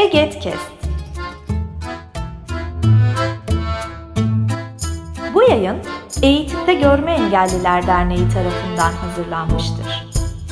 Egetkest. Bu yayın Eğitimde Görme Engelliler Derneği tarafından hazırlanmıştır.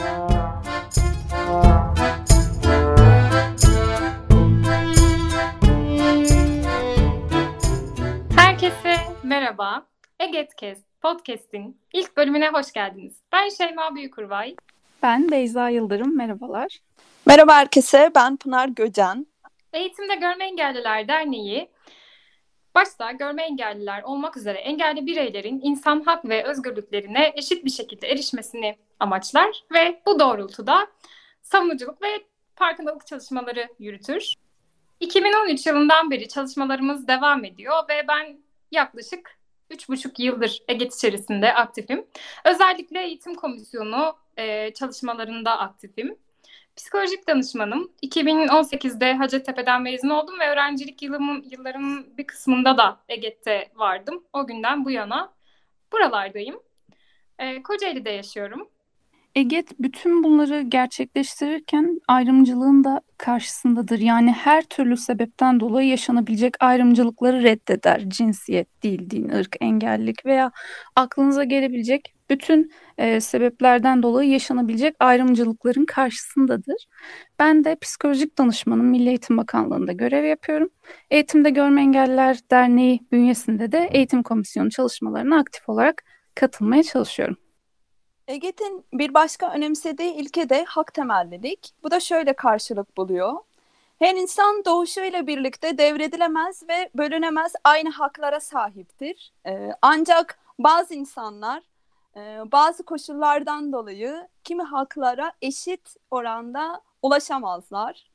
Herkese merhaba. Egetkest Podcast'in ilk bölümüne hoş geldiniz. Ben Şeyma Büyükurvay. Ben Beyza Yıldırım, merhabalar. Merhaba herkese, ben Pınar Göcen. Eğitimde Görme Engelliler Derneği, başta görme engelliler olmak üzere engelli bireylerin insan hak ve özgürlüklerine eşit bir şekilde erişmesini amaçlar ve bu doğrultuda savunuculuk ve farkındalık çalışmaları yürütür. 2013 yılından beri çalışmalarımız devam ediyor ve ben yaklaşık 3,5 yıldır EGET içerisinde aktifim. Özellikle eğitim komisyonu çalışmalarında aktifim. Psikolojik danışmanım. 2018'de Hacettepe'den mezun oldum ve öğrencilik yıllarımın bir kısmında da EGET'te vardım. O günden bu yana buralardayım. Kocaeli'de yaşıyorum. EGET bütün bunları gerçekleştirirken ayrımcılığın da karşısındadır. Yani her türlü sebepten dolayı yaşanabilecek ayrımcılıkları reddeder. Cinsiyet, dil, din, ırk, engellilik veya aklınıza gelebilecek bütün sebeplerden dolayı yaşanabilecek ayrımcılıkların karşısındadır. Ben de psikolojik danışmanım, Milli Eğitim Bakanlığı'nda görev yapıyorum. Eğitimde Görme Engelliler Derneği bünyesinde de eğitim komisyonu çalışmalarına aktif olarak katılmaya çalışıyorum. EGET'in bir başka önemsediği ilke de hak temellilik. Bu da şöyle karşılık buluyor. Her insan doğuşuyla birlikte devredilemez ve bölünemez aynı haklara sahiptir. Ancak bazı insanlar bazı koşullardan dolayı kimi haklara eşit oranda ulaşamazlar.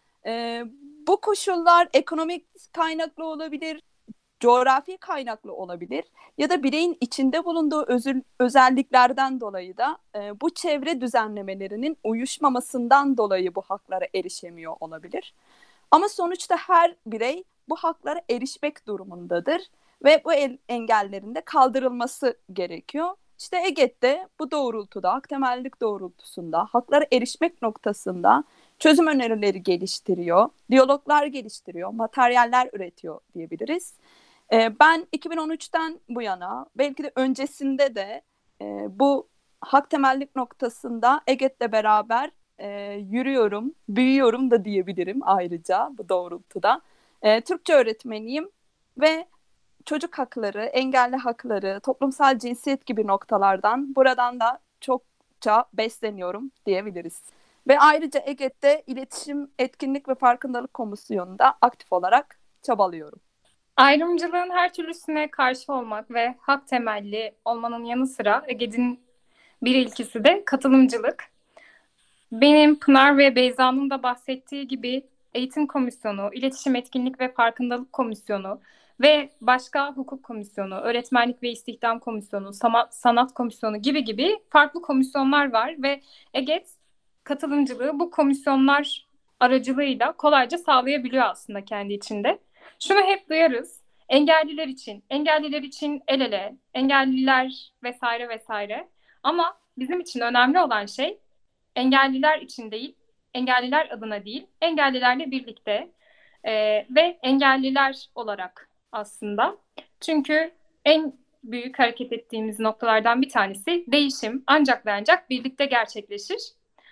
Bu koşullar ekonomik kaynaklı olabilir, coğrafi kaynaklı olabilir ya da bireyin içinde bulunduğu özelliklerden dolayı da bu çevre düzenlemelerinin uyuşmamasından dolayı bu haklara erişemiyor olabilir. Ama sonuçta her birey bu haklara erişmek durumundadır ve bu engellerin de kaldırılması gerekiyor. İşte EGET'te bu doğrultuda, hak temellilik doğrultusunda, haklara erişmek noktasında çözüm önerileri geliştiriyor, diyaloglar geliştiriyor, materyaller üretiyor diyebiliriz. Ben 2013'ten bu yana, belki de öncesinde de bu hak temellilik noktasında EGET'le beraber yürüyorum, büyüyorum da diyebilirim ayrıca bu doğrultuda. Türkçe öğretmeniyim ve çocuk hakları, engelli hakları, toplumsal cinsiyet gibi noktalardan buradan da çokça besleniyorum diyebiliriz. Ve ayrıca EGET'te iletişim, etkinlik ve farkındalık komisyonunda aktif olarak çabalıyorum. Ayrımcılığın her türlüsüne karşı olmak ve hak temelli olmanın yanı sıra EGET'in bir ilkesi de katılımcılık. Benim Pınar ve Beyza'nın da bahsettiği gibi eğitim komisyonu, iletişim, etkinlik ve farkındalık komisyonu ve başka hukuk komisyonu, öğretmenlik ve istihdam komisyonu, sanat komisyonu gibi farklı komisyonlar var ve EGET katılımcılığı bu komisyonlar aracılığıyla kolayca sağlayabiliyor aslında kendi içinde. Şunu hep duyarız. Engelliler için el ele, engelliler vesaire vesaire. Ama bizim için önemli olan şey engelliler için değil, engelliler adına değil, engellilerle birlikte ve engelliler olarak aslında. Çünkü en büyük hareket ettiğimiz noktalardan bir tanesi değişim ancak ve ancak birlikte gerçekleşir.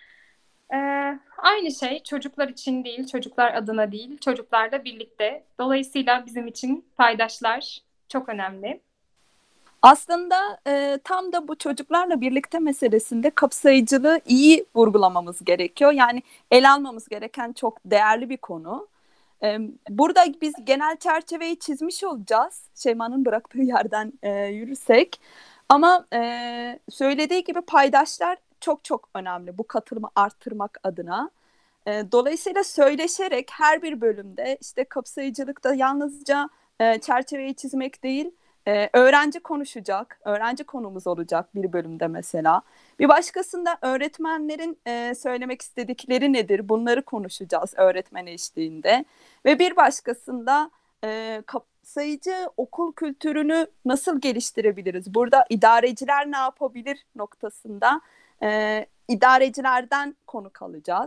Aynı şey çocuklar için değil, çocuklar adına değil, çocuklarla birlikte. Dolayısıyla bizim için paydaşlar çok önemli. Aslında tam da bu çocuklarla birlikte meselesinde kapsayıcılığı iyi vurgulamamız gerekiyor. Yani ele almamız gereken çok değerli bir konu. Burada biz genel çerçeveyi çizmiş olacağız. Şeyma'nın bıraktığı yerden yürürsek. Ama söylediği gibi paydaşlar çok önemli bu katılımı arttırmak adına. Dolayısıyla söyleşerek her bir bölümde işte kapsayıcılıkta yalnızca çerçeveyi çizmek değil, öğrenci konuşacak, öğrenci konumuz olacak bir bölümde mesela. Bir başkasında öğretmenlerin söylemek istedikleri nedir bunları konuşacağız öğretmen eşliğinde. Ve bir başkasında kapsayıcı okul kültürünü nasıl geliştirebiliriz? Burada idareciler ne yapabilir noktasında idarecilerden konuk alacağız.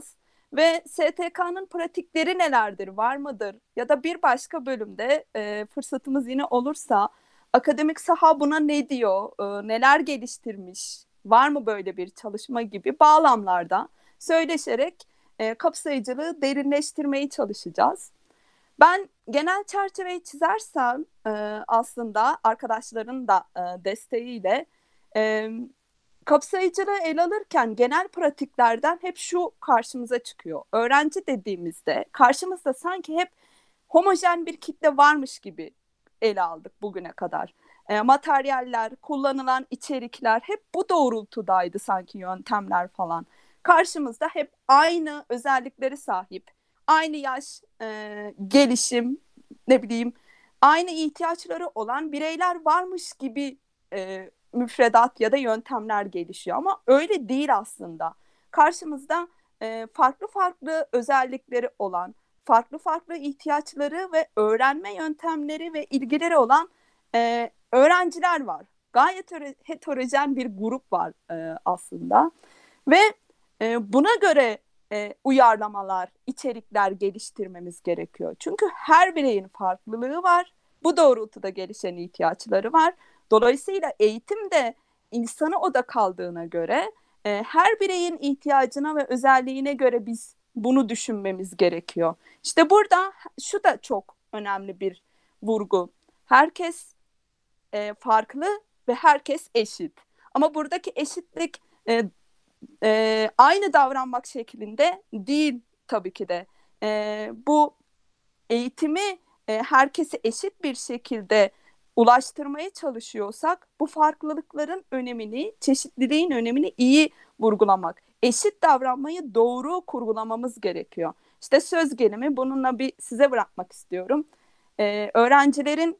Ve STK'nın pratikleri nelerdir, var mıdır? Ya da bir başka bölümde fırsatımız yine olursa akademik saha buna ne diyor, neler geliştirmiş, var mı böyle bir çalışma gibi bağlamlarda söyleşerek kapsayıcılığı derinleştirmeye çalışacağız. Ben genel çerçeveyi çizersem aslında arkadaşların da desteğiyle kapsayıcılığı ele alırken genel pratiklerden hep şu karşımıza çıkıyor. Öğrenci dediğimizde karşımızda sanki hep homojen bir kitle varmış gibi ele aldık bugüne kadar. Materyaller, kullanılan içerikler hep bu doğrultudaydı sanki, yöntemler falan. Karşımızda hep aynı özellikleri sahip, aynı yaş, gelişim, ne bileyim, aynı ihtiyaçları olan bireyler varmış gibi müfredat ya da yöntemler gelişiyor. Ama öyle değil aslında. Karşımızda farklı farklı özellikleri olan, farklı farklı ihtiyaçları ve öğrenme yöntemleri ve ilgileri olan öğrenciler var. Gayet heterojen bir grup var aslında. Ve buna göre uyarlamalar, içerikler geliştirmemiz gerekiyor. Çünkü her bireyin farklılığı var. Bu doğrultuda gelişen ihtiyaçları var. Dolayısıyla eğitim de insanı odak aldığına göre her bireyin ihtiyacına ve özelliğine göre biz bunu düşünmemiz gerekiyor. İşte burada şu da çok önemli bir vurgu. Herkes farklı ve herkes eşit. Ama buradaki eşitlik aynı davranmak şeklinde değil tabii ki de. Bu eğitimi herkese eşit bir şekilde ulaştırmaya çalışıyorsak bu farklılıkların önemini, çeşitliliğin önemini iyi vurgulamak, eşit davranmayı doğru kurgulamamız gerekiyor. İşte söz gelimi bununla bir size bırakmak istiyorum. Öğrencilerin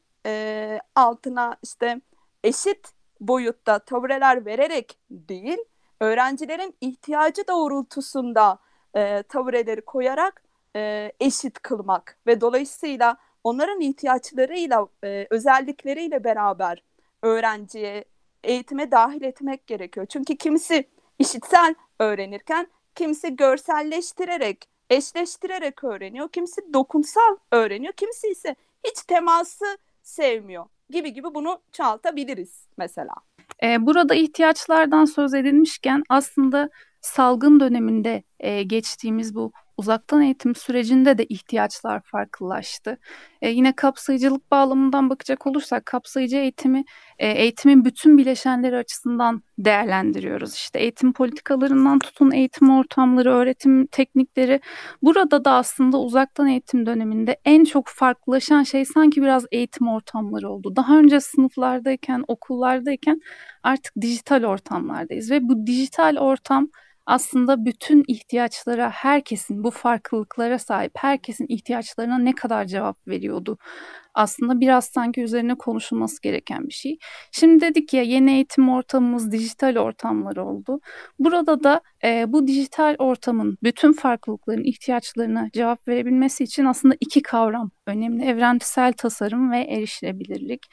altına işte eşit boyutta tabureler vererek değil, öğrencilerin ihtiyacı doğrultusunda tabureleri koyarak eşit kılmak ve dolayısıyla onların ihtiyaçlarıyla, özellikleriyle beraber öğrenciye, eğitime dahil etmek gerekiyor. Çünkü kimisi işitsel öğrenirken, kimisi görselleştirerek, eşleştirerek öğreniyor, kimisi dokunsal öğreniyor, kimisi ise hiç teması sevmiyor gibi bunu çoğaltabiliriz mesela. Burada ihtiyaçlardan söz edilmişken aslında salgın döneminde geçtiğimiz bu uzaktan eğitim sürecinde de ihtiyaçlar farklılaştı. Yine kapsayıcılık bağlamından bakacak olursak kapsayıcı eğitimi eğitimin bütün bileşenleri açısından değerlendiriyoruz. İşte eğitim politikalarından tutun eğitim ortamları, öğretim teknikleri. Burada da aslında uzaktan eğitim döneminde en çok farklılaşan şey sanki biraz eğitim ortamları oldu. Daha önce sınıflardayken, okullardayken artık dijital ortamlardayız ve bu dijital ortam aslında bütün ihtiyaçlara, herkesin bu farklılıklara sahip, herkesin ihtiyaçlarına ne kadar cevap veriyordu? Aslında biraz sanki üzerine konuşulması gereken bir şey. Şimdi dedik ya yeni eğitim ortamımız dijital ortamlar oldu. Burada da bu dijital ortamın bütün farklılıkların ihtiyaçlarına cevap verebilmesi için aslında iki kavram önemli. Evrensel tasarım ve erişilebilirlik.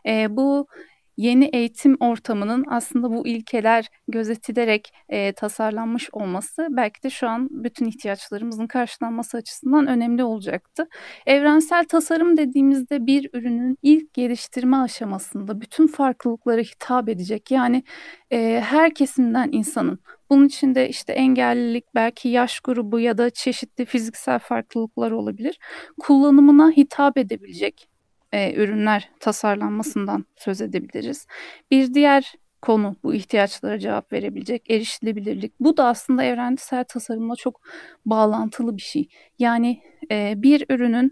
Bu yeni eğitim ortamının aslında bu ilkeler gözetilerek tasarlanmış olması belki de şu an bütün ihtiyaçlarımızın karşılanması açısından önemli olacaktı. Evrensel tasarım dediğimizde bir ürünün ilk geliştirme aşamasında bütün farklılıklara hitap edecek. Yani her kesimden insanın, bunun içinde işte engellilik, belki yaş grubu ya da çeşitli fiziksel farklılıklar olabilir, kullanımına hitap edebilecek ürünler tasarlanmasından söz edebiliriz. Bir diğer konu bu ihtiyaçlara cevap verebilecek erişilebilirlik. Bu da aslında evrensel tasarımla çok bağlantılı bir şey. Yani bir ürünün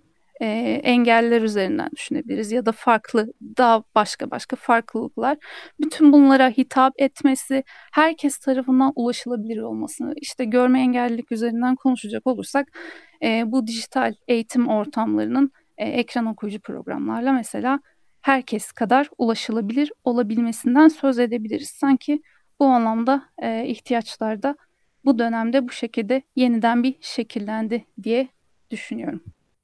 engeller üzerinden düşünebiliriz ya da farklı daha başka farklılıklar. Bütün bunlara hitap etmesi, herkes tarafından ulaşılabilir olması. İşte görme engellilik üzerinden konuşacak olursak bu dijital eğitim ortamlarının ekran okuyucu programlarla mesela herkes kadar ulaşılabilir olabilmesinden söz edebiliriz. Sanki bu anlamda ihtiyaçlar da bu dönemde bu şekilde yeniden bir şekillendi diye düşünüyorum.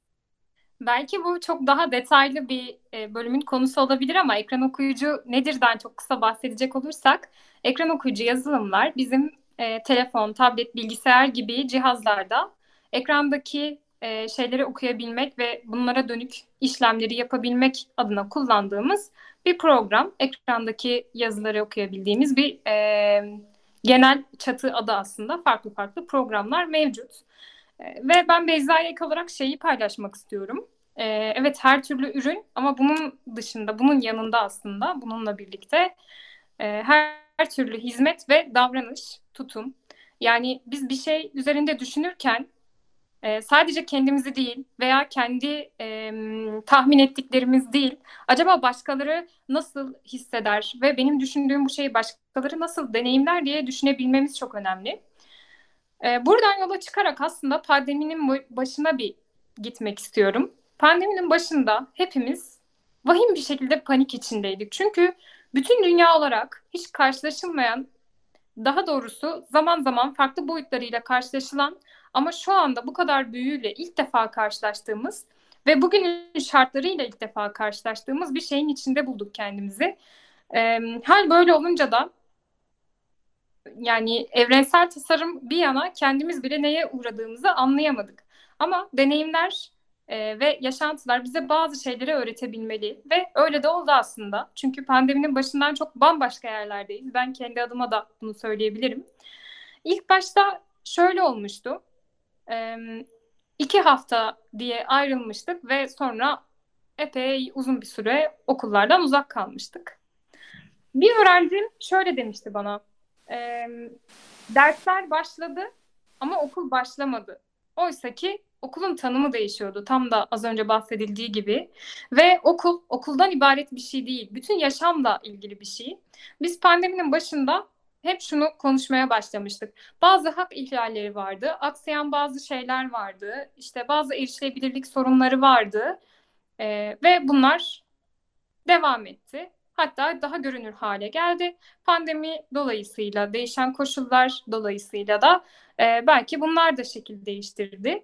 Belki bu çok daha detaylı bir bölümün konusu olabilir ama ekran okuyucu nedirden çok kısa bahsedecek olursak ekran okuyucu yazılımlar bizim telefon, tablet, bilgisayar gibi cihazlarda ekrandaki şeyleri okuyabilmek ve bunlara dönük işlemleri yapabilmek adına kullandığımız bir program. Ekrandaki yazıları okuyabildiğimiz bir genel çatı adı aslında. Farklı farklı programlar mevcut. Ve ben Beyza'ya ek olarak şeyi paylaşmak istiyorum. Evet, her türlü ürün ama bunun dışında, bunun yanında aslında bununla birlikte her türlü hizmet ve davranış, tutum. Yani biz bir şey üzerinde düşünürken sadece kendimizi değil veya kendi tahmin ettiklerimiz değil, acaba başkaları nasıl hisseder ve benim düşündüğüm bu şeyi başkaları nasıl deneyimler diye düşünebilmemiz çok önemli. Buradan yola çıkarak aslında pandeminin başına bir gitmek istiyorum. Pandeminin başında hepimiz vahim bir şekilde panik içindeydik. Çünkü bütün dünya olarak hiç karşılaşılmayan, daha doğrusu zaman zaman farklı boyutlarıyla karşılaşılan ama şu anda bu kadar büyüğüyle ilk defa karşılaştığımız ve bugünün şartlarıyla ilk defa karşılaştığımız bir şeyin içinde bulduk kendimizi. Hal böyle olunca da yani evrensel tasarım bir yana kendimiz bile neye uğradığımızı anlayamadık. Ama deneyimler ve yaşantılar bize bazı şeyleri öğretebilmeli ve öyle de oldu aslında. Çünkü pandeminin başından çok bambaşka yerlerdeyiz. Ben kendi adıma da bunu söyleyebilirim. İlk başta şöyle olmuştu. 2 hafta diye ayrılmıştık ve sonra epey uzun bir süre okullardan uzak kalmıştık. Bir öğrencim şöyle demişti bana. Dersler başladı ama okul başlamadı. Oysa ki okulun tanımı değişiyordu. Tam da az önce bahsedildiği gibi. Ve okul, okuldan ibaret bir şey değil. Bütün yaşamla ilgili bir şey. Biz pandeminin başında hep şunu konuşmaya başlamıştık. Bazı hak ihlalleri vardı. Aksayan bazı şeyler vardı. İşte bazı erişilebilirlik sorunları vardı. Ve bunlar devam etti. Hatta daha görünür hale geldi. Pandemi dolayısıyla, değişen koşullar dolayısıyla da belki bunlar da şekil değiştirdi.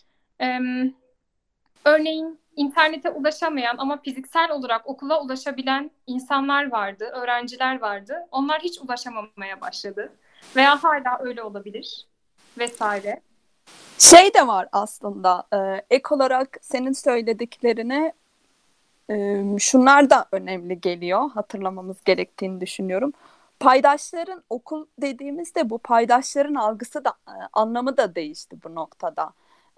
Örneğin internete ulaşamayan ama fiziksel olarak okula ulaşabilen insanlar vardı, öğrenciler vardı. Onlar hiç ulaşamamaya başladı. Veya hala öyle olabilir vesaire. Şey de var aslında, ek olarak senin söylediklerine şunlar da önemli geliyor, hatırlamamız gerektiğini düşünüyorum. Paydaşların, okul dediğimizde bu paydaşların algısı da, anlamı da değişti bu noktada.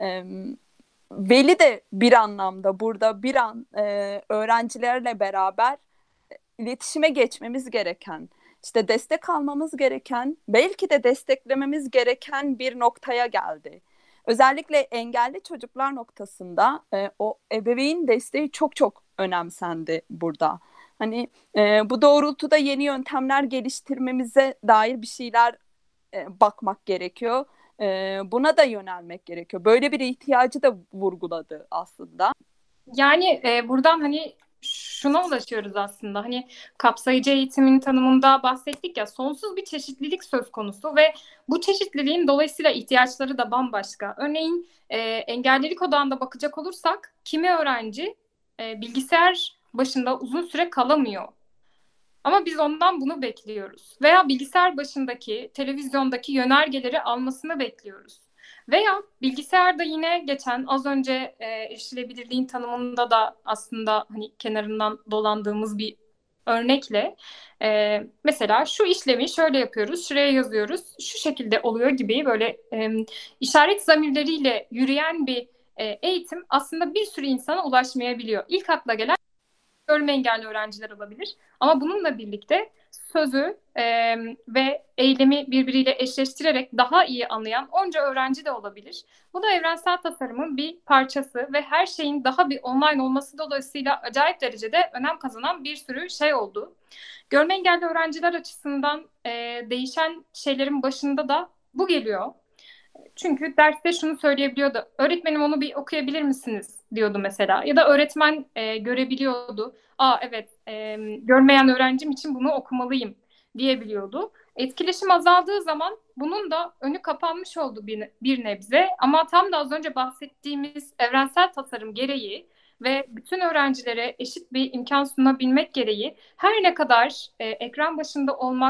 Veli de bir anlamda burada bir an öğrencilerle beraber iletişime geçmemiz gereken, işte destek almamız gereken, belki de desteklememiz gereken bir noktaya geldi. Özellikle engelli çocuklar noktasında o ebeveyn desteği çok çok önemsendi burada. Hani bu doğrultuda yeni yöntemler geliştirmemize dair bir şeyler bakmak gerekiyor. Buna da yönelmek gerekiyor. Böyle bir ihtiyacı da vurguladı aslında. Yani buradan hani şuna ulaşıyoruz aslında. Hani kapsayıcı eğitimin tanımında bahsettik ya, sonsuz bir çeşitlilik söz konusu ve bu çeşitliliğin dolayısıyla ihtiyaçları da bambaşka. Örneğin engellilik odağında bakacak olursak kimi öğrenci bilgisayar başında uzun süre kalamıyor. Ama biz ondan bunu bekliyoruz. Veya bilgisayar başındaki, televizyondaki yönergeleri almasını bekliyoruz. Veya bilgisayarda yine geçen az önce erişilebilirliğin tanımında da aslında hani kenarından dolandığımız bir örnekle mesela şu işlemi şöyle yapıyoruz, şuraya yazıyoruz, şu şekilde oluyor gibi böyle işaret zamirleriyle yürüyen bir eğitim aslında bir sürü insana ulaşmayabiliyor. İlk akla gelen görme engelli öğrenciler olabilir. Ama bununla birlikte sözü ve eylemi birbiriyle eşleştirerek daha iyi anlayan onca öğrenci de olabilir. Bu da evrensel tasarımın bir parçası ve her şeyin daha bir online olması dolayısıyla acayip derecede önem kazanan bir sürü şey oldu. Görme engelli öğrenciler açısından değişen şeylerin başında da bu geliyor. Çünkü derste şunu söyleyebiliyordu. Öğretmenim onu bir okuyabilir misiniz diyordu mesela. Ya da öğretmen görebiliyordu. Aa evet, görmeyen öğrencim için bunu okumalıyım diyebiliyordu. Etkileşim azaldığı zaman bunun da önü kapanmış oldu bir nebze. Ama tam da az önce bahsettiğimiz evrensel tasarım gereği ve bütün öğrencilere eşit bir imkan sunabilmek gereği her ne kadar ekran başında olmak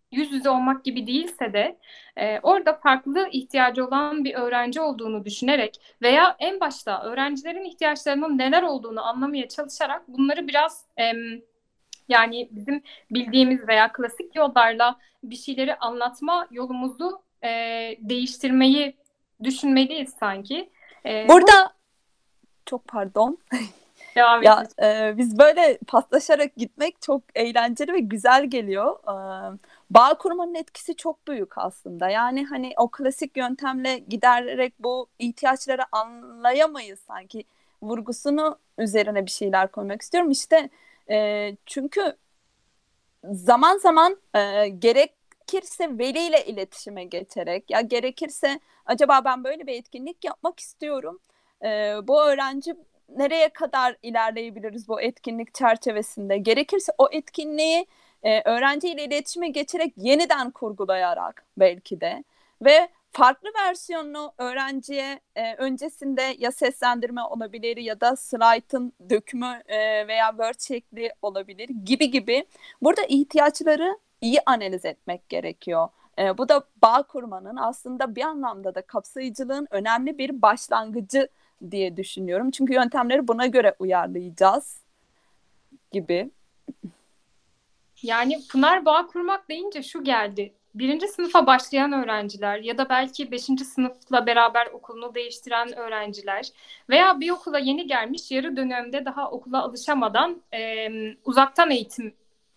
yüz yüze olmak gibi değilse de orada farklı ihtiyacı olan bir öğrenci olduğunu düşünerek veya en başta öğrencilerin ihtiyaçlarının neler olduğunu anlamaya çalışarak bunları biraz yani bizim bildiğimiz veya klasik yollarla bir şeyleri anlatma yolumuzu değiştirmeyi düşünmeliyiz sanki. Burada çok pardon. Devam Ya edeceğiz. biz böyle paslaşarak gitmek çok eğlenceli ve güzel geliyor. Bağ kurmanın etkisi çok büyük aslında. Yani hani o klasik yöntemle gidererek bu ihtiyaçları anlayamayız sanki. Vurgusunu üzerine bir şeyler koymak istiyorum. İşte çünkü zaman zaman gerekirse veliyle iletişime geçerek ya gerekirse acaba ben böyle bir etkinlik yapmak istiyorum. Bu öğrenci nereye kadar ilerleyebiliriz bu etkinlik çerçevesinde? Gerekirse o etkinliği öğrenciyle iletişime geçerek yeniden kurgulayarak belki de ve farklı versiyonunu öğrenciye öncesinde ya seslendirme olabilir ya da slaytın dökümü veya Word şekli olabilir gibi gibi. Burada ihtiyaçları iyi analiz etmek gerekiyor. Bu da bağ kurmanın aslında bir anlamda da kapsayıcılığın önemli bir başlangıcı diye düşünüyorum. Çünkü yöntemleri buna göre uyarlayacağız gibi. Yani Pınar, bağ kurmak deyince şu geldi. Birinci sınıfa başlayan öğrenciler ya da belki beşinci sınıfla beraber okulunu değiştiren öğrenciler veya bir okula yeni gelmiş, yarı dönemde daha okula alışamadan uzaktan eğitimle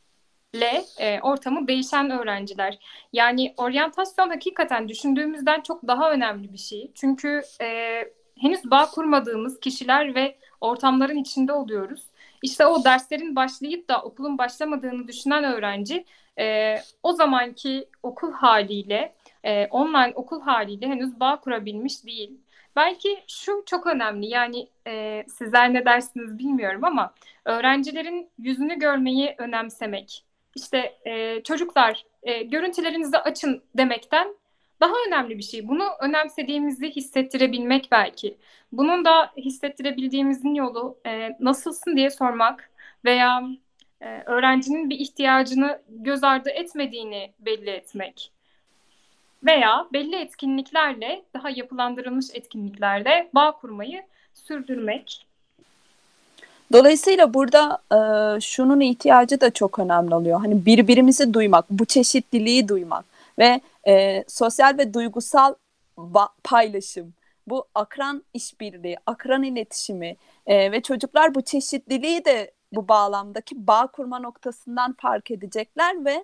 ortamı değişen öğrenciler. Yani oryantasyon hakikaten düşündüğümüzden çok daha önemli bir şey. Çünkü henüz bağ kurmadığımız kişiler ve ortamların içinde oluyoruz. İşte o derslerin başlayıp da okulun başlamadığını düşünen öğrenci o zamanki okul haliyle, online okul haliyle henüz bağ kurabilmiş değil. Belki şu çok önemli, yani sizler ne dersiniz bilmiyorum ama öğrencilerin yüzünü görmeyi önemsemek. İşte çocuklar görüntülerinizi açın demekten daha önemli bir şey. Bunu önemsediğimizi hissettirebilmek belki. Bunun da hissettirebildiğimizin yolu nasılsın diye sormak veya öğrencinin bir ihtiyacını göz ardı etmediğini belli etmek. Veya belli etkinliklerle, daha yapılandırılmış etkinliklerle bağ kurmayı sürdürmek. Dolayısıyla burada şunun ihtiyacı da çok önemli oluyor. Hani birbirimizi duymak, bu çeşitliliği duymak ve sosyal ve duygusal paylaşım, bu akran işbirliği, akran iletişimi ve çocuklar bu çeşitliliği de bu bağlamdaki bağ kurma noktasından fark edecekler ve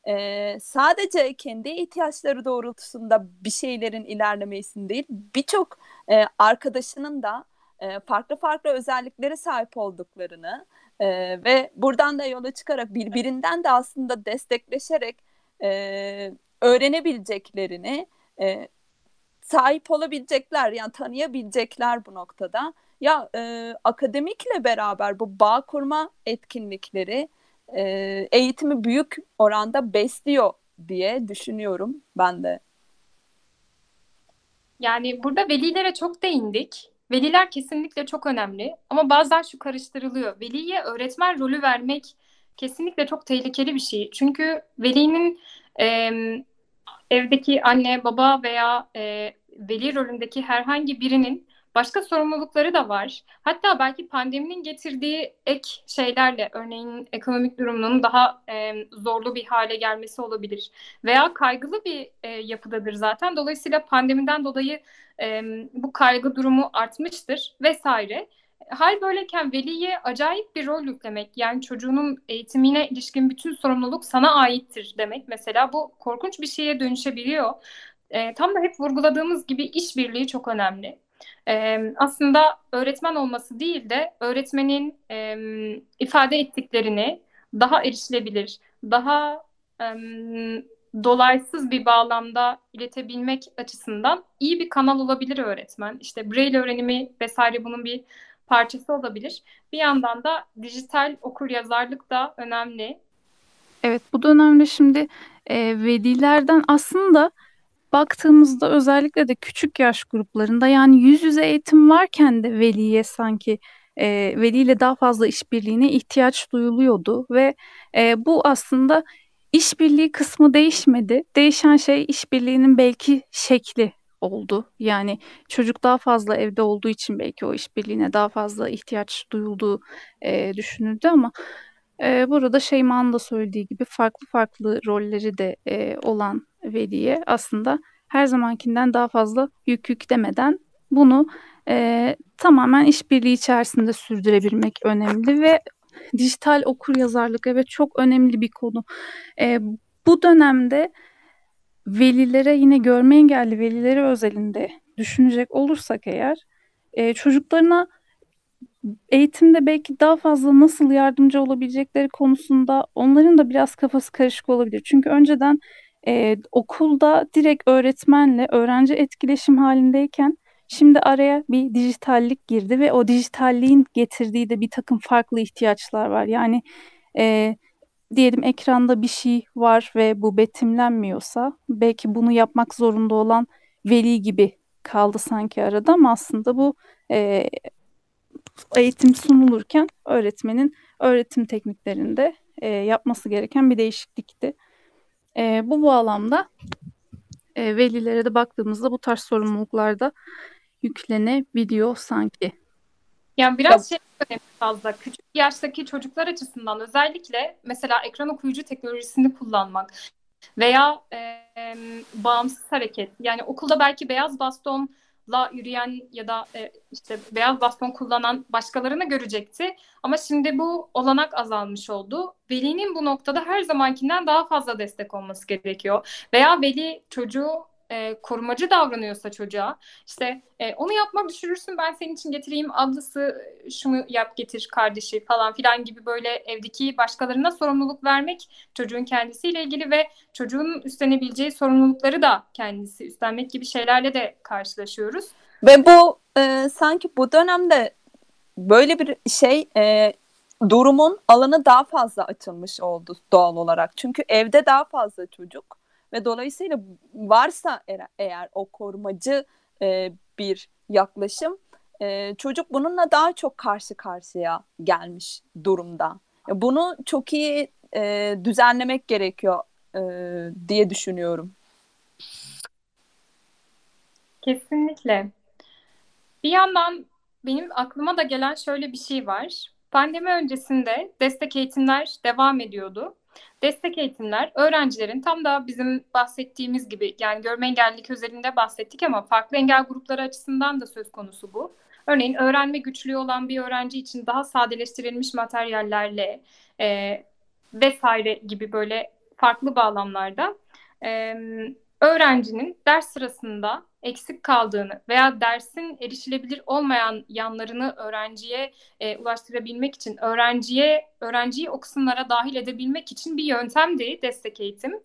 sadece kendi ihtiyaçları doğrultusunda bir şeylerin ilerlemesini değil, birçok arkadaşının da farklı farklı özelliklere sahip olduklarını ve buradan da yola çıkarak birbirinden de aslında destekleşerek öğrenebileceklerini sahip olabilecekler, yani tanıyabilecekler bu noktada. Ya akademikle beraber bu bağ kurma etkinlikleri eğitimi büyük oranda besliyor diye düşünüyorum ben de. Yani burada velilere çok değindik. Veliler kesinlikle çok önemli ama bazen şu karıştırılıyor. Veliye öğretmen rolü vermek kesinlikle çok tehlikeli bir şey. Çünkü velinin e, evdeki anne, baba veya veli rolündeki herhangi birinin başka sorumlulukları da var. Hatta belki pandeminin getirdiği ek şeylerle, örneğin ekonomik durumunun daha zorlu bir hale gelmesi olabilir. Veya kaygılı bir yapıdadır zaten. Dolayısıyla pandemiden dolayı bu kaygı durumu artmıştır vesaire. Hal böyleyken veliye acayip bir rol yüklemek, yani çocuğunun eğitimine ilişkin bütün sorumluluk sana aittir demek mesela, bu korkunç bir şeye dönüşebiliyor. Tam da hep vurguladığımız gibi işbirliği çok önemli. Aslında öğretmen olması değil de öğretmenin ifade ettiklerini daha erişilebilir, daha dolaysız bir bağlamda iletebilmek açısından iyi bir kanal olabilir öğretmen. İşte Braille öğrenimi vesaire bunun bir parçası olabilir. Bir yandan da dijital okuryazarlık da önemli. Evet, bu dönemde şimdi velilerden aslında baktığımızda özellikle de küçük yaş gruplarında, yani yüz yüze eğitim varken de veliye sanki veliyle daha fazla işbirliğine ihtiyaç duyuluyordu ve bu aslında işbirliği kısmı değişmedi. Değişen şey işbirliğinin belki şekli oldu. Yani çocuk daha fazla evde olduğu için belki o işbirliğine daha fazla ihtiyaç duyulduğu düşünüldü ama burada Şeyma'nın da söylediği gibi farklı farklı rolleri de olan veliye aslında her zamankinden daha fazla yük demeden bunu tamamen işbirliği içerisinde sürdürebilmek önemli ve dijital okuryazarlık evet çok önemli bir konu. E, Bu dönemde velilere yine görme engelli velileri özelinde düşünecek olursak eğer çocuklarına eğitimde belki daha fazla nasıl yardımcı olabilecekleri konusunda onların da biraz kafası karışık olabilir. Çünkü önceden okulda direkt öğretmenle öğrenci etkileşim halindeyken şimdi araya bir dijitallik girdi ve o dijitalliğin getirdiği de bir takım farklı ihtiyaçlar var. Yani e, diyelim ekranda bir şey var ve bu betimlenmiyorsa belki bunu yapmak zorunda olan veli gibi kaldı sanki arada ama aslında bu e, eğitim sunulurken öğretmenin öğretim tekniklerinde yapması gereken bir değişiklikti. Bu bağlamda velilere de baktığımızda bu tarz sorumluluklar da yüklenebiliyor sanki. Yani biraz şey önemli fazla. Küçük yaştaki çocuklar açısından özellikle mesela ekran okuyucu teknolojisini kullanmak veya bağımsız hareket. Yani okulda belki beyaz bastonla yürüyen ya da işte beyaz baston kullanan başkalarını görecekti. Ama şimdi bu olanak azalmış oldu. Velinin bu noktada her zamankinden daha fazla destek olması gerekiyor. Veya veli çocuğu korumacı davranıyorsa çocuğa işte onu yapma düşürürsün ben senin için getireyim ablası şunu yap getir kardeşi falan filan gibi böyle evdeki başkalarına sorumluluk vermek çocuğun kendisiyle ilgili ve çocuğun üstlenebileceği sorumlulukları da kendisi üstlenmek gibi şeylerle de karşılaşıyoruz. Ve bu sanki bu dönemde böyle bir şey durumun alanı daha fazla açılmış oldu doğal olarak. Çünkü evde daha fazla çocuk ve dolayısıyla varsa eğer o korumacı bir yaklaşım çocuk bununla daha çok karşı karşıya gelmiş durumda. Bunu çok iyi düzenlemek gerekiyor diye düşünüyorum. Kesinlikle. Bir yandan benim aklıma da gelen şöyle bir şey var. Pandemi öncesinde destek eğitimler devam ediyordu. Destek eğitimler öğrencilerin tam da bizim bahsettiğimiz gibi yani görme engellilik özelinde bahsettik ama farklı engel grupları açısından da söz konusu bu. Örneğin öğrenme güçlüğü olan bir öğrenci için daha sadeleştirilmiş materyallerle vesaire gibi böyle farklı bağlamlarda e, öğrencinin ders sırasında eksik kaldığını veya dersin erişilebilir olmayan yanlarını öğrenciye ulaştırabilmek için, öğrenciyi o kısımlara dahil edebilmek için bir yöntemdi destek eğitim.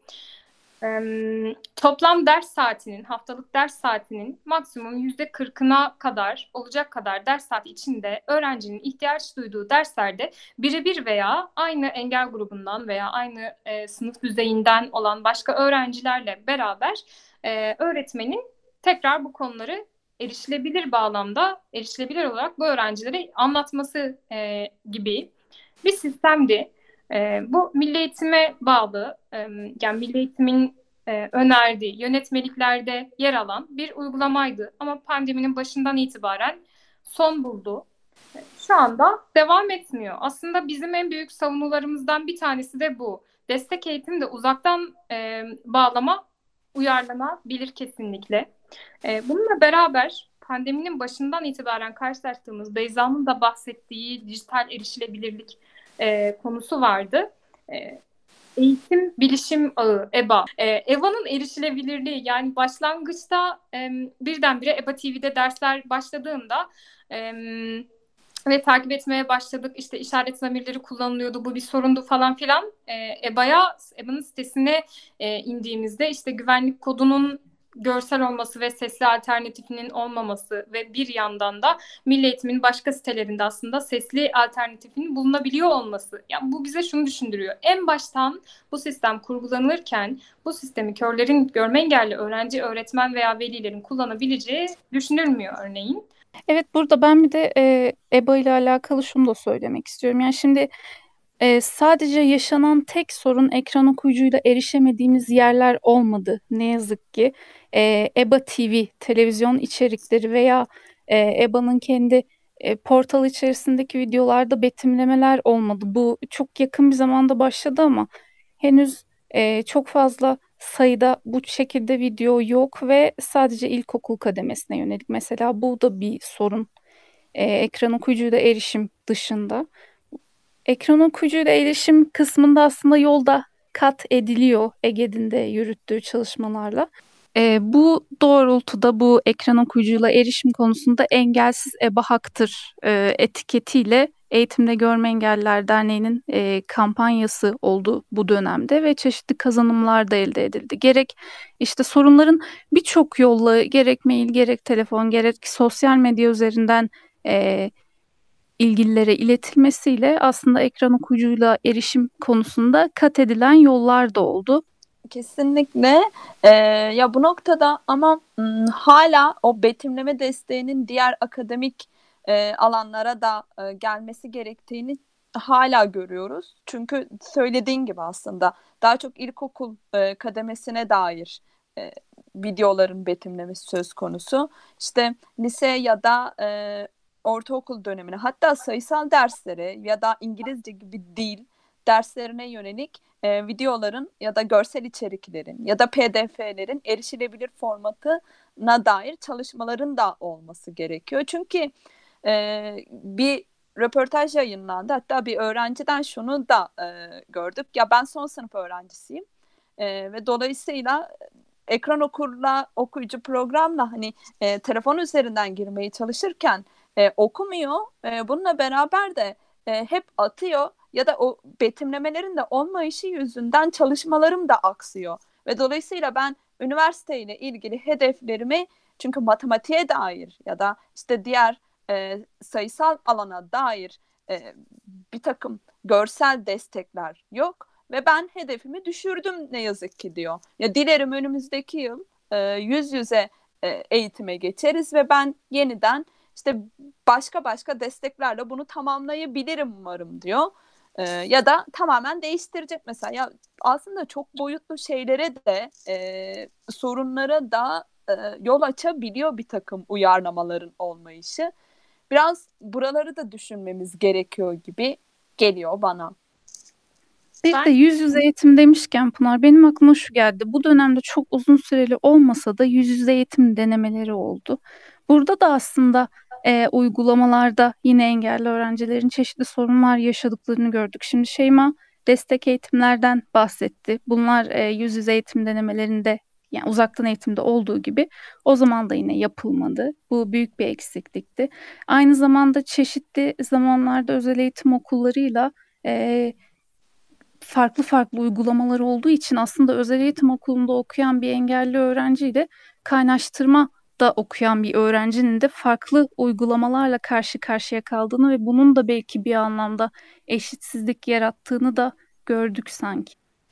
Toplam ders saatinin, haftalık ders saatinin maksimum %40'ına kadar olacak kadar ders saati içinde öğrencinin ihtiyaç duyduğu derslerde birebir veya aynı engel grubundan veya aynı sınıf düzeyinden olan başka öğrencilerle beraber öğretmenin tekrar bu konuları erişilebilir bağlamda, erişilebilir olarak bu öğrencilere anlatması gibi bir sistemdi. Bu milli eğitime bağlı, yani milli eğitimin önerdiği yönetmeliklerde yer alan bir uygulamaydı. Ama pandeminin başından itibaren son buldu. Şu anda devam etmiyor. Aslında bizim en büyük savunularımızdan bir tanesi de bu. Destek eğitim de uzaktan bağlama uyarlanabilir kesinlikle. Bununla beraber pandeminin başından itibaren karşılaştığımız Beyza'nın da bahsettiği dijital erişilebilirlik konusu vardı. Eğitim Bilişim Ağı, EBA. EBA'nın erişilebilirliği yani başlangıçta birdenbire EBA TV'de dersler başladığında ve takip etmeye başladık. İşte işaret zamirleri kullanılıyordu. Bu bir sorundu falan filan. EBA'nın sitesine indiğimizde işte güvenlik kodunun görsel olması ve sesli alternatifinin olmaması ve bir yandan da Milli Eğitim'in başka sitelerinde aslında sesli alternatifinin bulunabiliyor olması. Yani bu bize şunu düşündürüyor. En baştan bu sistem kurgulanırken bu sistemi körlerin, görme engelli öğrenci, öğretmen veya velilerin kullanabileceği düşünülmüyor örneğin. Evet burada ben bir de EBA ile alakalı şunu da söylemek istiyorum. Yani şimdi Sadece yaşanan tek sorun ekran okuyucuyla erişemediğimiz yerler olmadı ne yazık ki. EBA TV, televizyon içerikleri veya EBA'nın kendi portal içerisindeki videolarda betimlemeler olmadı. Bu çok yakın bir zamanda başladı ama henüz çok fazla sayıda bu şekilde video yok ve sadece ilkokul kademesine yönelik. Mesela bu da bir sorun. Ekran okuyucuyla erişim dışında. Ekran okuyucuyla erişim kısmında aslında yolda kat ediliyor Ege'nin de yürüttüğü çalışmalarla. Bu doğrultuda bu ekran okuyucuyla erişim konusunda engelsiz EBA haktır etiketiyle Eğitimde Görme Engelliler Derneği'nin kampanyası oldu bu dönemde ve çeşitli kazanımlar da elde edildi. Gerek işte sorunların birçok yolla gerek mail gerek telefon gerek sosyal medya üzerinden e, ilgililere iletilmesiyle aslında ekran okuyucuyla erişim konusunda kat edilen yollar da oldu. Kesinlikle. Ya bu noktada ama hala o betimleme desteğinin diğer akademik alanlara da gelmesi gerektiğini hala görüyoruz. Çünkü söylediğin gibi aslında daha çok ilkokul kademesine dair videoların betimlemesi söz konusu. İşte lise ya da ortaokul dönemine, hatta sayısal derslere ya da İngilizce gibi dil derslerine yönelik videoların ya da görsel içeriklerin ya da PDF'lerin erişilebilir formatına dair çalışmaların da olması gerekiyor. Çünkü bir röportaj yayınlandı. Hatta bir öğrenciden şunu da gördük. Ya ben son sınıf öğrencisiyim ve dolayısıyla ekran okuyucu programla hani telefon üzerinden girmeye çalışırken okumuyor. Bununla beraber de hep atıyor ya da o betimlemelerin de olmayışı yüzünden çalışmalarım da aksıyor. Ve dolayısıyla ben üniversiteyle ilgili hedeflerimi, çünkü matematiğe dair ya da işte diğer sayısal alana dair bir takım görsel destekler yok ve ben hedefimi düşürdüm ne yazık ki diyor. Ya dilerim önümüzdeki yıl yüz yüze eğitime geçeriz ve ben yeniden işte başka desteklerle bunu tamamlayabilirim umarım diyor. Ya da tamamen değiştirecek mesela. Ya aslında çok boyutlu şeylere de sorunlara da yol açabiliyor bir takım uyarlamaların olmayışı. Biraz buraları da düşünmemiz gerekiyor gibi geliyor bana. Bir Ben de yüz yüze eğitim demişken Pınar benim aklıma şu geldi. Bu dönemde çok uzun süreli olmasa da yüz yüze eğitim denemeleri oldu. Burada da aslında uygulamalarda yine engelli öğrencilerin çeşitli sorunlar yaşadıklarını gördük. Şimdi Şeyma destek eğitimlerden bahsetti. Bunlar yüz yüze eğitim denemelerinde yani uzaktan eğitimde olduğu gibi o zaman da yine yapılmadı. Bu büyük bir eksiklikti. Aynı zamanda çeşitli zamanlarda özel eğitim okullarıyla e, farklı farklı uygulamalar olduğu için aslında özel eğitim okulunda okuyan bir engelli öğrenciyle kaynaştırma da okuyan bir öğrencinin de farklı uygulamalarla karşı karşıya kaldığını ve bunun da belki bir anlamda eşitsizlik yarattığını da gördük sanki.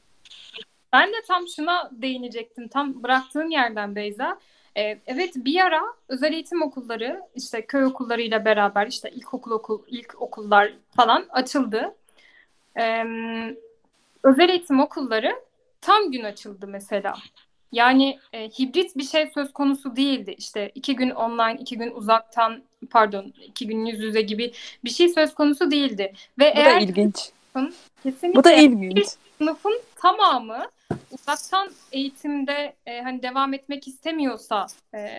Ben de tam şuna değinecektim. Tam bıraktığın yerden Beyza. Evet, bir ara özel eğitim okulları işte köy okullarıyla beraber işte ilk okullar falan açıldı. Ee, Özel eğitim okulları tam gün açıldı mesela. Yani hibrit bir şey söz konusu değildi. İşte 2 gün online, 2 gün uzaktan, pardon, 2 gün yüz yüze gibi bir şey söz konusu değildi. Ve Bu da eğer ilginç. kesinlikle Bu da ilginç. sınıfın tamamı uzaktan eğitimde hani devam etmek istemiyorsa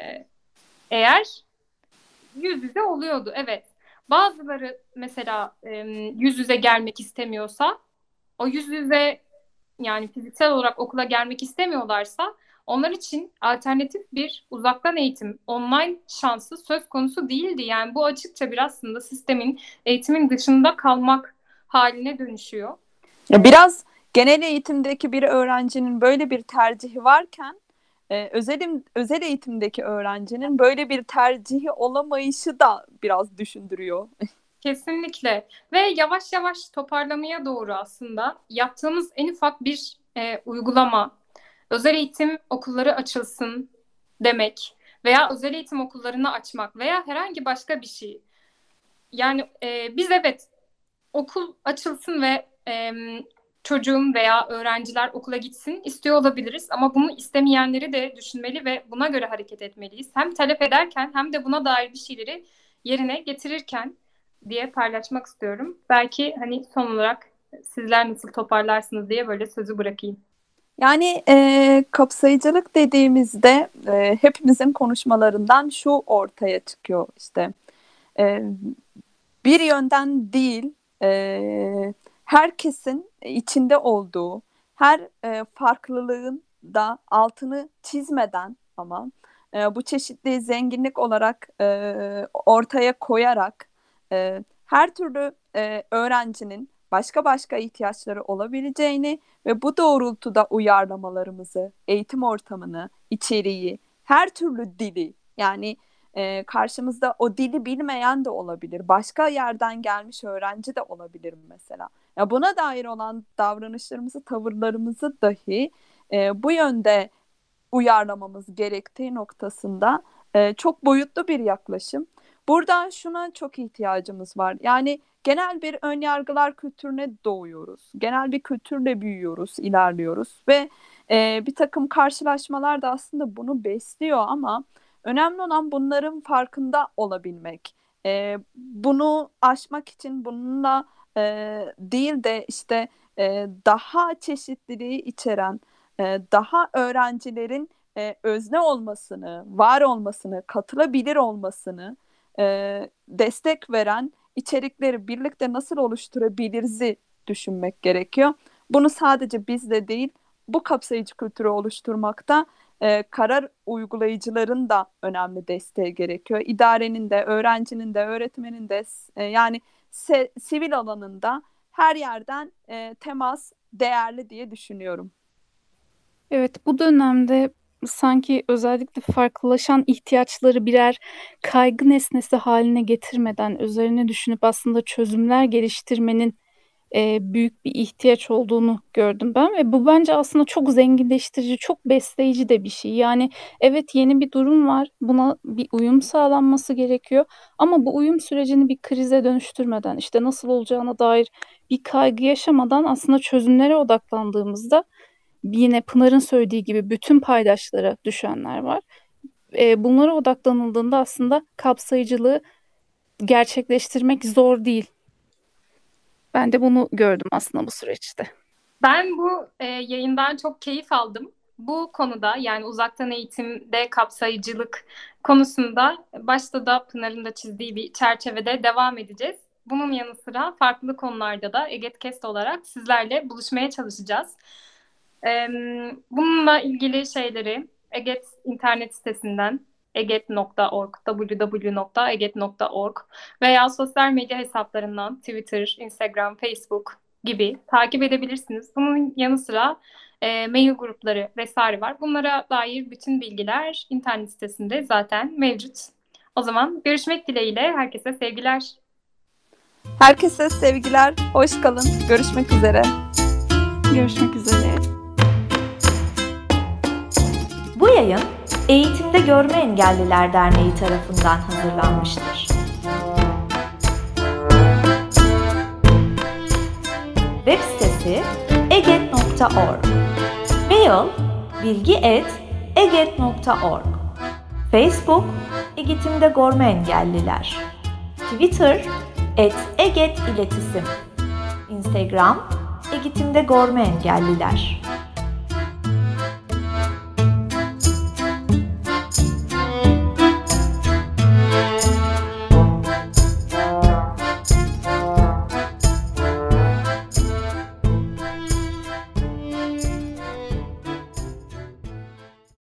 eğer yüz yüze oluyordu. Evet. Bazıları mesela yüz yüze gelmek istemiyorsa o yüz yüze yani fiziksel olarak okula gelmek istemiyorlarsa onlar için alternatif bir uzaktan eğitim, online şansı söz konusu değildi. Yani bu açıkça bir aslında eğitimin dışında kalmak haline dönüşüyor. Ya biraz genel eğitimdeki bir öğrencinin böyle bir tercihi varken özel eğitimdeki öğrencinin böyle bir tercihi olamayışı da biraz düşündürüyor. Kesinlikle ve yavaş yavaş toparlamaya doğru aslında yaptığımız en ufak bir uygulama, özel eğitim okulları açılsın demek veya özel eğitim okullarını açmak veya herhangi başka bir şey. Yani biz evet okul açılsın ve çocuğum veya öğrenciler okula gitsin istiyor olabiliriz. Ama bunu istemeyenleri de düşünmeli ve buna göre hareket etmeliyiz. Hem talep ederken hem de buna dair bir şeyleri yerine getirirken diye paylaşmak istiyorum. Belki hani son olarak sizler nasıl toparlarsınız diye böyle sözü bırakayım. Yani kapsayıcılık dediğimizde hepimizin konuşmalarından şu ortaya çıkıyor işte. Bir yönden değil, herkesin içinde olduğu, her farklılığın da altını çizmeden ama bu çeşitli zenginlik olarak ortaya koyarak her türlü öğrencinin başka ihtiyaçları olabileceğini ve bu doğrultuda uyarlamalarımızı, eğitim ortamını, içeriği, her türlü dili, yani karşımızda o dili bilmeyen de olabilir. Başka yerden gelmiş öğrenci de olabilir mesela. Ya buna dair olan davranışlarımızı, tavırlarımızı dahi bu yönde uyarlamamız gerektiği noktasında çok boyutlu bir yaklaşım. Burada şuna çok ihtiyacımız var. Yani genel bir önyargılar kültürüne doğuyoruz. Genel bir kültürle büyüyoruz, ilerliyoruz ve bir takım karşılaşmalar da aslında bunu besliyor ama önemli olan bunların farkında olabilmek. Bunu aşmak için bununla değil de işte daha çeşitliliği içeren, daha öğrencilerin özne olmasını, var olmasını, katılabilir olmasını destek veren içerikleri birlikte nasıl oluşturabiliriz'i düşünmek gerekiyor. Bunu sadece bizle değil, bu kapsayıcı kültürü oluşturmakta karar uygulayıcıların da önemli desteği gerekiyor. İdarenin de, öğrencinin de, öğretmenin de yani sivil alanında her yerden temas değerli diye düşünüyorum. Evet, bu dönemde sanki özellikle farklılaşan ihtiyaçları birer kaygı nesnesi haline getirmeden üzerine düşünüp aslında çözümler geliştirmenin büyük bir ihtiyaç olduğunu gördüm ben ve bu bence aslında çok zenginleştirici, çok besleyici de bir şey. Yani evet, yeni bir durum var, buna bir uyum sağlanması gerekiyor ama bu uyum sürecini bir krize dönüştürmeden, işte nasıl olacağına dair bir kaygı yaşamadan aslında çözümlere odaklandığımızda yine Pınar'ın söylediği gibi bütün paydaşlara düşenler var. Bunlara odaklanıldığında aslında kapsayıcılığı gerçekleştirmek zor değil. Ben de bunu gördüm aslında bu süreçte. Ben bu yayından çok keyif aldım. Bu konuda yani uzaktan eğitimde kapsayıcılık konusunda başta da Pınar'ın da çizdiği bir çerçevede devam edeceğiz. Bunun yanı sıra farklı konularda da EGEDcast olarak sizlerle buluşmaya çalışacağız. Bununla ilgili şeyleri EGED internet sitesinden eged.org, www.eged.org veya sosyal medya hesaplarından Twitter, Instagram, Facebook gibi takip edebilirsiniz. Bunun yanı sıra mail grupları vesaire var. Bunlara dair bütün bilgiler internet sitesinde zaten mevcut. O zaman görüşmek dileğiyle herkese sevgiler. Herkese sevgiler, hoş kalın, görüşmek üzere. Görüşmek üzere. Bu yayın Eğitimde Görme Engelliler Derneği tarafından hazırlanmıştır. Web sitesi eged.org. Mail bilgi@eged.org. Facebook Eğitimde Görme Engelliler. Twitter @eged İletisim. Instagram Eğitimde Görme Engelliler.